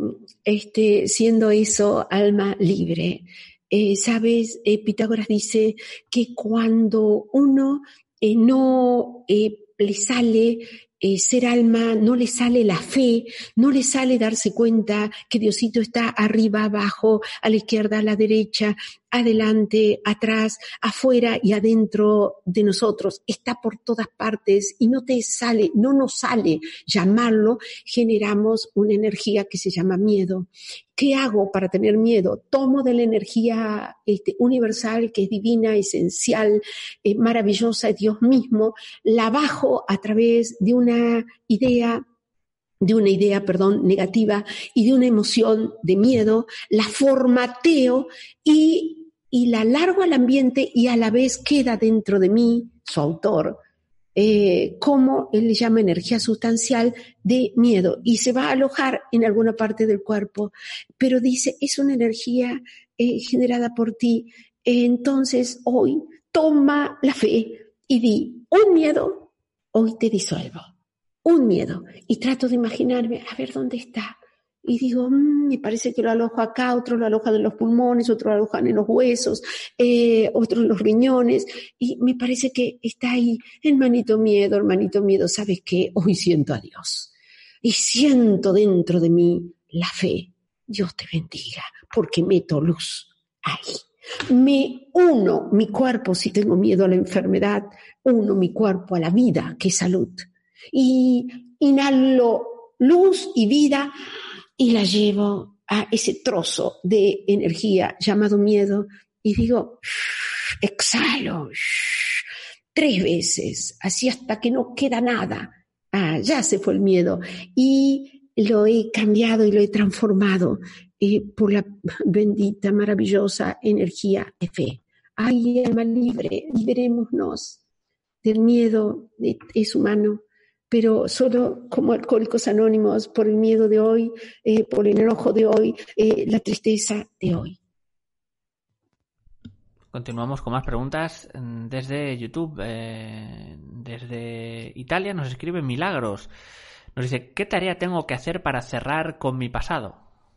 este, siendo eso, Alma Libre. Eh, Sabes, eh, Pitágoras dice que cuando uno eh, no eh, le sale Eh, ser alma, no le sale la fe, no le sale darse cuenta que Diosito está arriba, abajo, a la izquierda, a la derecha, adelante, atrás, afuera y adentro de nosotros, está por todas partes y no te sale, no nos sale llamarlo, generamos una energía que se llama miedo. ¿Qué hago para tener miedo? Tomo de la energía este, universal, que es divina, esencial, eh, maravillosa, Dios mismo, la bajo a través de una idea de una idea, perdón, negativa y de una emoción de miedo, la formateo y, y la largo al ambiente y a la vez queda dentro de mí, su autor, eh, como él le llama energía sustancial de miedo y se va a alojar en alguna parte del cuerpo, pero dice, es una energía eh, generada por ti, entonces hoy toma la fe y di, un miedo, hoy te disuelvo. Un miedo, y trato de imaginarme, a ver dónde está, y digo, mmm, me parece que lo alojo acá, otro lo alojan en los pulmones, otro lo alojan en los huesos, eh, otro en los riñones, y me parece que está ahí, hermanito miedo, hermanito miedo, ¿sabes qué? Hoy siento a Dios, y siento dentro de mí la fe, Dios te bendiga, porque meto luz ahí. Me uno mi cuerpo, si tengo miedo a la enfermedad, uno mi cuerpo a la vida, que es salud. Y inhalo luz y vida y la llevo a ese trozo de energía llamado miedo y digo, exhalo, tres veces, así hasta que no queda nada. Ah, ya se fue el miedo y lo he cambiado y lo he transformado eh, por la bendita, maravillosa energía de fe. Ay, alma libre, liberémonos del miedo, es humano. Pero solo como Alcohólicos Anónimos, por el miedo de hoy, eh, por el enojo de hoy, eh, la tristeza de hoy. Continuamos con más preguntas desde YouTube. Eh, desde Italia nos escribe Milagros. Nos dice, ¿qué tarea tengo que hacer para cerrar con mi pasado?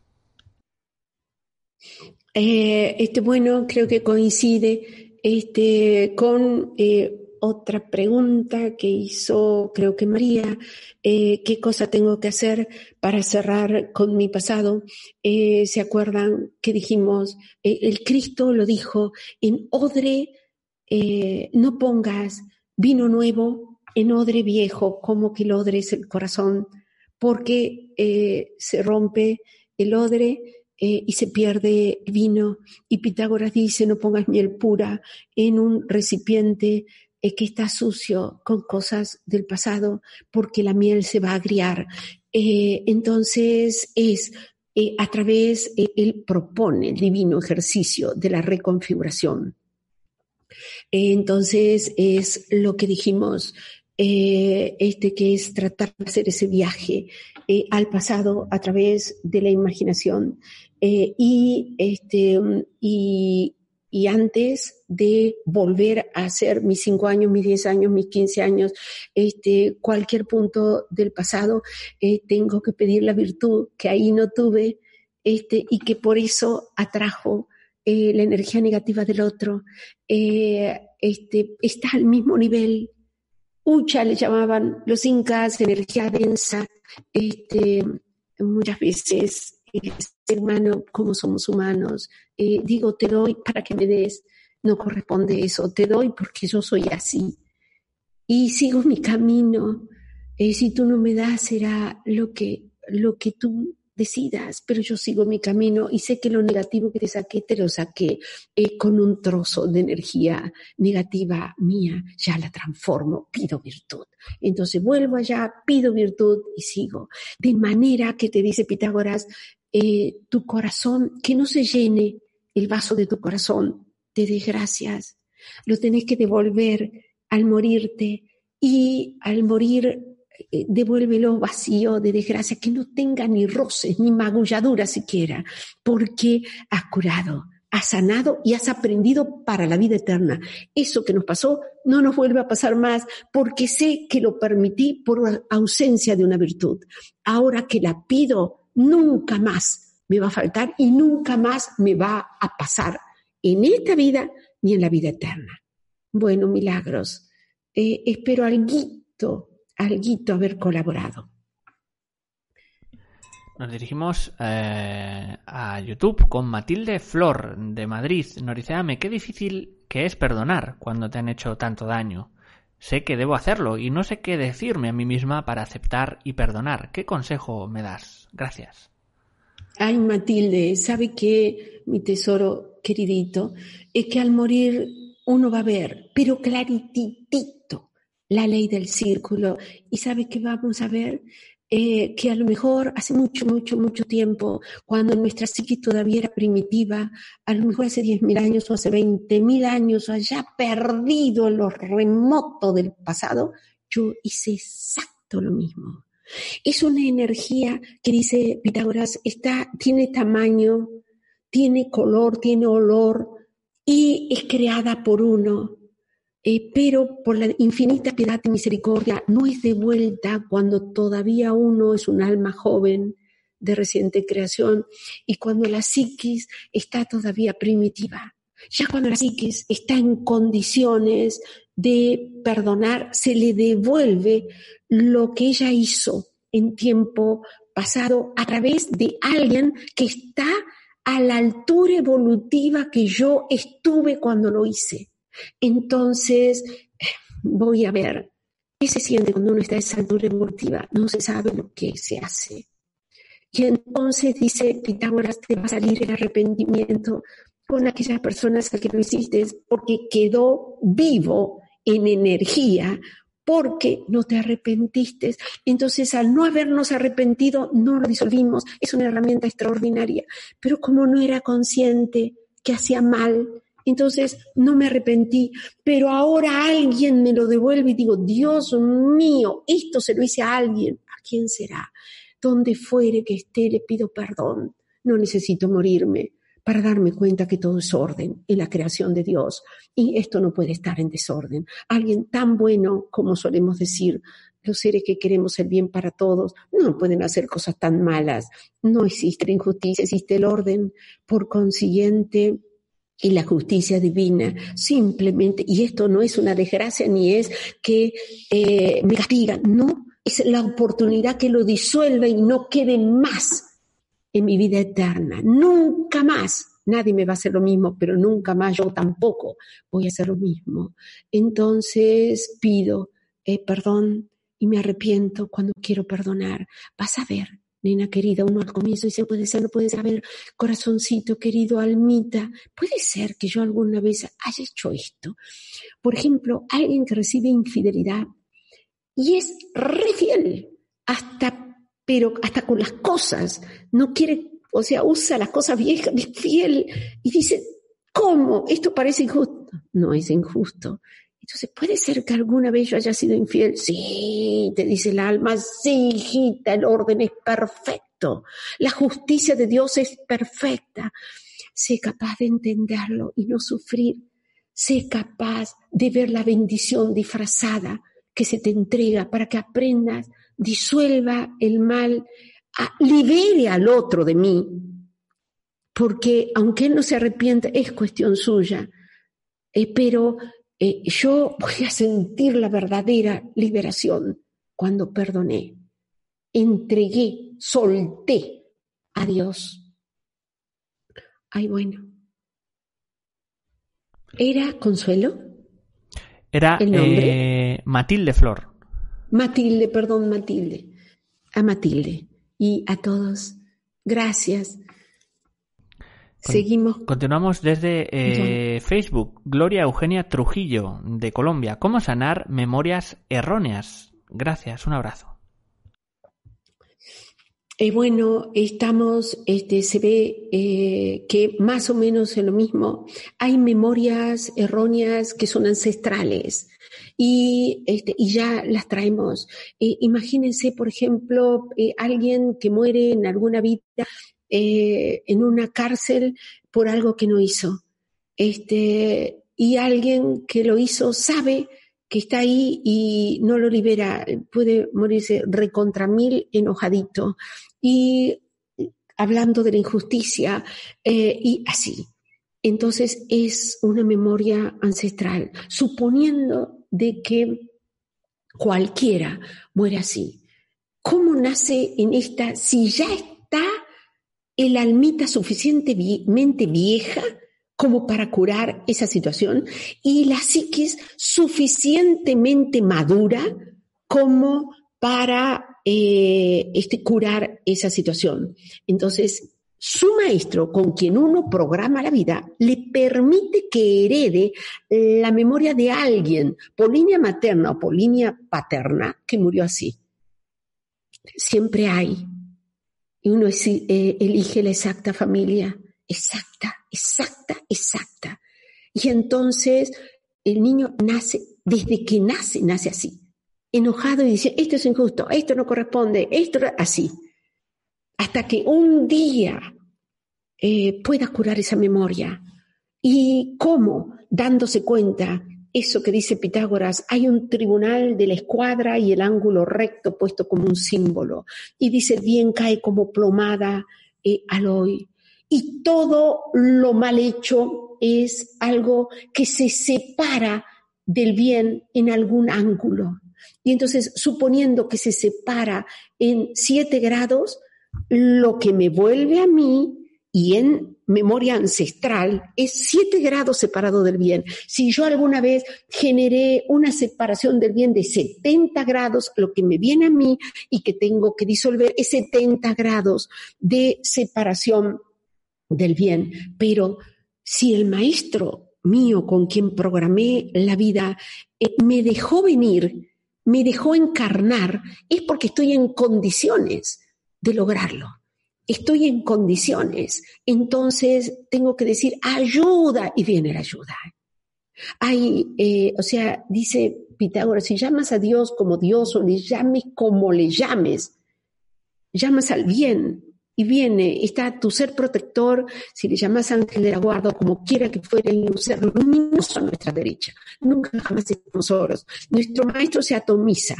Eh, este, bueno, creo que coincide este, con... Eh, otra pregunta que hizo, creo que María, eh, ¿qué cosa tengo que hacer para cerrar con mi pasado? Eh, ¿Se acuerdan que dijimos, eh, el Cristo lo dijo, en odre eh, no pongas vino nuevo en odre viejo, como que el odre es el corazón, porque eh, se rompe el odre eh, y se pierde el vino. Y Pitágoras dice, no pongas miel pura en un recipiente es que está sucio con cosas del pasado porque la miel se va a agriar. Eh, entonces es eh, a través, eh, él propone el divino ejercicio de la reconfiguración. Eh, entonces es lo que dijimos, eh, este que es tratar de hacer ese viaje eh, al pasado a través de la imaginación eh, y este y y antes de volver a hacer mis cinco años, mis diez años, mis quince años, este, cualquier punto del pasado, eh, tengo que pedir la virtud que ahí no tuve, este, y que por eso atrajo eh, la energía negativa del otro. Eh, este, está al mismo nivel. Ucha le llamaban los incas, energía densa, este, muchas veces. Hermano, como somos humanos, eh, digo, te doy para que me des, no corresponde eso, te doy porque yo soy así y sigo mi camino, eh, si tú no me das será lo que, lo que tú decidas, pero yo sigo mi camino y sé que lo negativo que te saqué, te lo saqué eh, con un trozo de energía negativa mía, ya la transformo, pido virtud. Entonces vuelvo allá, pido virtud y sigo. De manera que te dice Pitágoras, eh, tu corazón, que no se llene el vaso de tu corazón de desgracias, lo tenés que devolver al morirte y al morir eh, devuélvelo vacío de desgracia, que no tenga ni roces, ni magulladuras siquiera, porque has curado, has sanado y has aprendido para la vida eterna. Eso que nos pasó no nos vuelve a pasar más, porque sé que lo permití por ausencia de una virtud. Ahora que la pido, nunca más me va a faltar y nunca más me va a pasar en esta vida ni en la vida eterna. Bueno, Milagros, eh, espero alguito, alguito haber colaborado. Nos dirigimos eh, a YouTube con Matilde Flor de Madrid. Nos dice: Ame, qué difícil que es perdonar cuando te han hecho tanto daño. Sé que debo hacerlo y no sé qué decirme a mí misma para aceptar y perdonar. ¿Qué consejo me das? Gracias. Ay, Matilde, ¿sabe qué, mi tesoro queridito? Es que al morir uno va a ver, pero clarititito, la ley del círculo. ¿Y sabe qué vamos a ver? Eh, que a lo mejor hace mucho, mucho, mucho tiempo, cuando nuestra psique todavía era primitiva, a lo mejor hace diez mil años o hace veinte mil años, o allá perdido en lo remoto del pasado, yo hice exacto lo mismo. Es una energía que, dice Pitágoras, está, tiene tamaño, tiene color, tiene olor y es creada por uno. Eh, pero por la infinita piedad y misericordia no es devuelta cuando todavía uno es un alma joven de reciente creación y cuando la psiquis está todavía primitiva. Ya cuando la psiquis está en condiciones de perdonar, se le devuelve lo que ella hizo en tiempo pasado a través de alguien que está a la altura evolutiva que yo estuve cuando lo hice. Entonces, voy a ver qué se siente cuando uno está a esa altura evolutiva. No se sabe lo que se hace. Y entonces, dice Pitágoras, te va a salir el arrepentimiento con aquellas personas a que lo hiciste porque quedó vivo en energía, porque no te arrepentiste. Entonces, al no habernos arrepentido, no lo disolvimos. Es una herramienta extraordinaria. Pero como no era consciente que hacía mal, entonces no me arrepentí, pero ahora alguien me lo devuelve y digo, Dios mío, esto se lo hice a alguien. ¿A quién será? Donde fuere que esté, le pido perdón. No necesito morirme para darme cuenta que todo es orden en la creación de Dios. Y esto no puede estar en desorden. Alguien tan bueno, como solemos decir, los seres que queremos el bien para todos, no pueden hacer cosas tan malas. No existe la injusticia, existe el orden. Por consiguiente, y la justicia divina, simplemente, y esto no es una desgracia ni es que eh, me castigan, no, es la oportunidad que lo disuelva y no quede más en mi vida eterna, nunca más. Nadie me va a hacer lo mismo, pero nunca más yo tampoco voy a hacer lo mismo. Entonces pido eh, perdón y me arrepiento cuando quiero perdonar. Vas a ver, nena querida, uno al comienzo dice, puede ser, no puede ser, a ver, corazoncito querido, almita, puede ser que yo alguna vez haya hecho esto. Por ejemplo, alguien que recibe infidelidad y es re fiel, hasta, pero hasta con las cosas, no quiere, o sea, usa las cosas viejas, es fiel, y dice, ¿cómo? Esto parece injusto. No es injusto. Entonces, ¿puede ser que alguna vez yo haya sido infiel? Sí, te dice el alma, sí, hijita, el orden es perfecto. La justicia de Dios es perfecta. Sé capaz de entenderlo y no sufrir. Sé capaz de ver la bendición disfrazada que se te entrega para que aprendas, disuelva el mal, a, libere al otro de mí. Porque aunque él no se arrepienta, es cuestión suya. Eh, pero... Eh, yo voy a sentir la verdadera liberación cuando perdoné, entregué, solté a Dios. Ay, bueno. ¿Era Consuelo? Era ¿El nombre? Eh, Matilde Flor. Matilde, perdón, Matilde. A Matilde y a todos. Gracias. Con, Seguimos. Continuamos desde eh, Facebook. Gloria Eugenia Trujillo, de Colombia. ¿Cómo sanar memorias erróneas? Gracias, un abrazo. Eh, bueno, estamos, este, se ve eh, que más o menos es lo mismo. Hay memorias erróneas que son ancestrales y, este, y ya las traemos. Eh, imagínense, por ejemplo, eh, alguien que muere en alguna vida eh, en una cárcel por algo que no hizo. Este, y alguien que lo hizo sabe que está ahí y no lo libera, puede morirse recontra mil enojadito y hablando de la injusticia eh, y así. Entonces es una memoria ancestral, suponiendo de que cualquiera muere así. ¿Cómo nace en esta, si ya está el almita suficientemente vieja como para curar esa situación y la psiquis suficientemente madura como para eh, este, curar esa situación? Entonces, su maestro, con quien uno programa la vida, le permite que herede la memoria de alguien por línea materna o por línea paterna que murió así. Siempre hay. Y uno es, eh, elige la exacta familia. Exacta, exacta, exacta. Y entonces el niño nace, desde que nace, nace así. Enojado y dice, esto es injusto, esto no corresponde, esto así. Hasta que un día eh, pueda curar esa memoria. ¿Y cómo? Dándose cuenta, eso que dice Pitágoras, hay un tribunal de la escuadra y el ángulo recto puesto como un símbolo. Y dice, el bien cae como plomada eh, al hoy. Y todo lo mal hecho es algo que se separa del bien en algún ángulo. Y entonces, suponiendo que se separa en siete grados, lo que me vuelve a mí y en memoria ancestral es siete grados separado del bien. Si yo alguna vez generé una separación del bien de setenta grados, lo que me viene a mí y que tengo que disolver es setenta grados de separación del bien. Pero si el maestro mío con quien programé la vida eh, me dejó venir, me dejó encarnar, es porque estoy en condiciones de lograrlo. Estoy en condiciones. Entonces tengo que decir ayuda y viene la ayuda. Hay, eh, o sea, dice Pitágoras, si llamas a Dios como Dios o le llames como le llames, llamas al bien y viene, está tu ser protector, si le llamas ángel de la guarda o como quiera que fuera, un ser luminoso a nuestra derecha. Nunca jamás estamos solos. Nuestro maestro se atomiza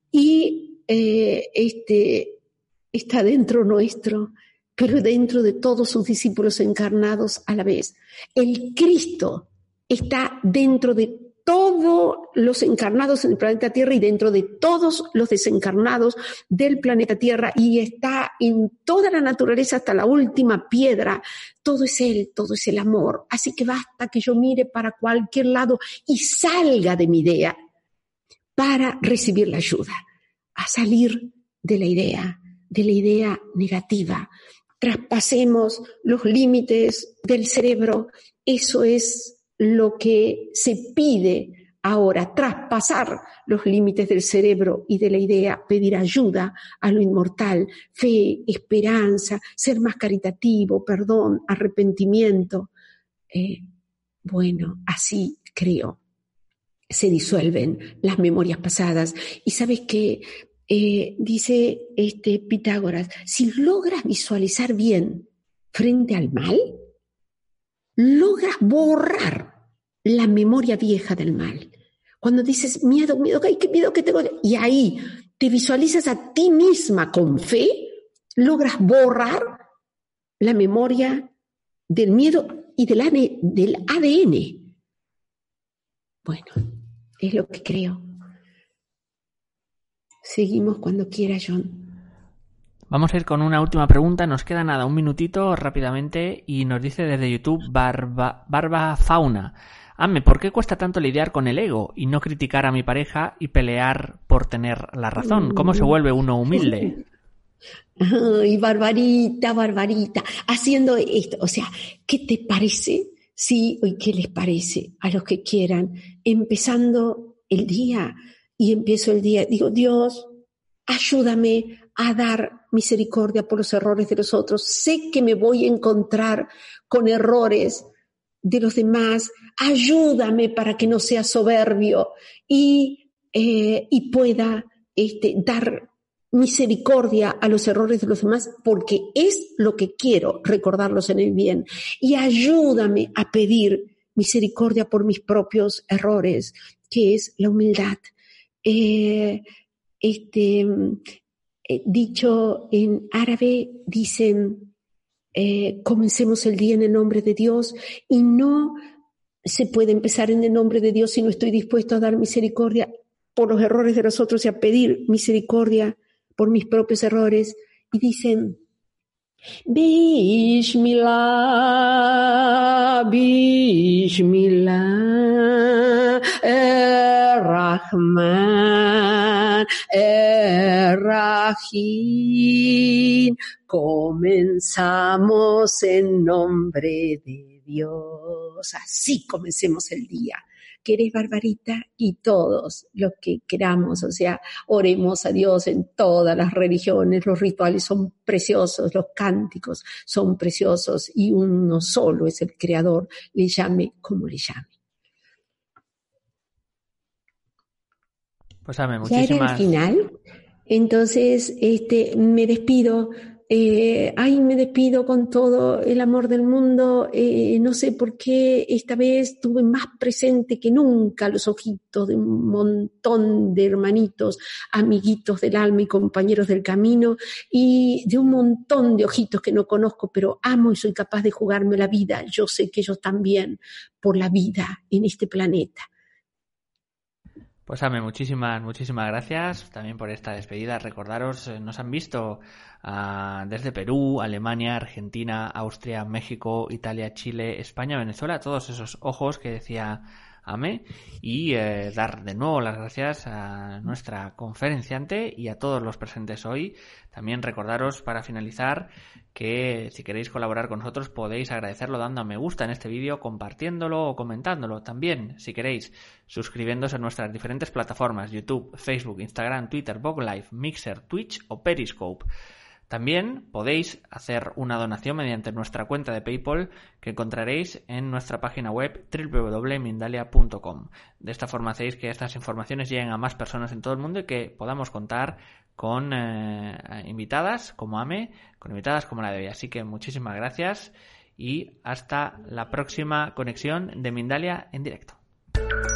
y eh, este, está dentro nuestro, pero dentro de todos sus discípulos encarnados a la vez. El Cristo está dentro de todos los encarnados en el planeta Tierra y dentro de todos los desencarnados del planeta Tierra y está en toda la naturaleza hasta la última piedra. Todo es Él, todo es el amor. Así que basta que yo mire para cualquier lado y salga de mi idea para recibir la ayuda, a salir de la idea, de la idea negativa. Traspasemos los límites del cerebro. Eso es lo que se pide ahora, traspasar los límites del cerebro y de la idea, pedir ayuda a lo inmortal, fe, esperanza, ser más caritativo, perdón, arrepentimiento. Eh, bueno, así creo, se disuelven las memorias pasadas. Y sabes qué, eh, dice este Pitágoras, si logras visualizar bien frente al mal, logras borrar la memoria vieja del mal. Cuando dices miedo, miedo, ay, qué miedo que tengo, y ahí te visualizas a ti misma con fe, logras borrar la memoria del miedo y del A D N. Bueno, es lo que creo. Seguimos cuando quiera, John. Vamos a ir con una última pregunta. Nos queda nada, un minutito rápidamente. Y nos dice desde YouTube Barba, Barba Fauna. Ame, ¿por qué cuesta tanto lidiar con el ego y no criticar a mi pareja y pelear por tener la razón? ¿Cómo se vuelve uno humilde? Ay, Barbarita, Barbarita, haciendo esto. O sea, ¿qué te parece? Sí, ¿y qué les parece a los que quieran? Empezando el día y empiezo el día, digo, Dios, ayúdame a dar misericordia por los errores de los otros. Sé que me voy a encontrar con errores de los demás. Ayúdame para que no sea soberbio y, eh, y pueda este, dar misericordia a los errores de los demás, porque es lo que quiero, recordarlos en el bien. Y ayúdame a pedir misericordia por mis propios errores, que es la humildad. Eh, este, eh, dicho en árabe, dicen, eh, comencemos el día en el nombre de Dios, y no se puede empezar en el nombre de Dios si no estoy dispuesto a dar misericordia por los errores de los otros y a pedir misericordia por mis propios errores. Y dicen, Bismillah, Bismillah, Er-Rahman, Er-Rahim. Comenzamos en nombre de Dios. Así comencemos el día. ¿Querés, Barbarita? Y todos los que queramos, o sea, oremos a Dios en todas las religiones, los rituales son preciosos, los cánticos son preciosos y uno solo es el creador, le llame como le llame. Pues Ame, muchísimas... Ya era el final, entonces este, me despido. Eh, ay, me despido con todo el amor del mundo. Eh, no sé por qué esta vez tuve más presente que nunca los ojitos de un montón de hermanitos, amiguitos del alma y compañeros del camino, y de un montón de ojitos que no conozco, pero amo y soy capaz de jugarme la vida. Yo sé que ellos también, por la vida en este planeta. Pues Ame, muchísimas, muchísimas gracias también por esta despedida. Recordaros, nos han visto uh, desde Perú, Alemania, Argentina, Austria, México, Italia, Chile, España, Venezuela, todos esos ojos que decía Ame, y eh, dar de nuevo las gracias a nuestra conferenciante y a todos los presentes hoy. También recordaros, para finalizar, que si queréis colaborar con nosotros podéis agradecerlo dando a me gusta en este vídeo, compartiéndolo o comentándolo. También, si queréis, suscribiéndose a nuestras diferentes plataformas: YouTube, Facebook, Instagram, Twitter, Vogue Live, Mixer, Twitch o Periscope. También podéis hacer una donación mediante nuestra cuenta de PayPal, que encontraréis en nuestra página web doble u doble u doble punto mindalia punto com. De esta forma hacéis que estas informaciones lleguen a más personas en todo el mundo y que podamos contar con eh, invitadas como Ame, con invitadas como la de hoy. Así que muchísimas gracias y hasta la próxima conexión de Mindalia en directo.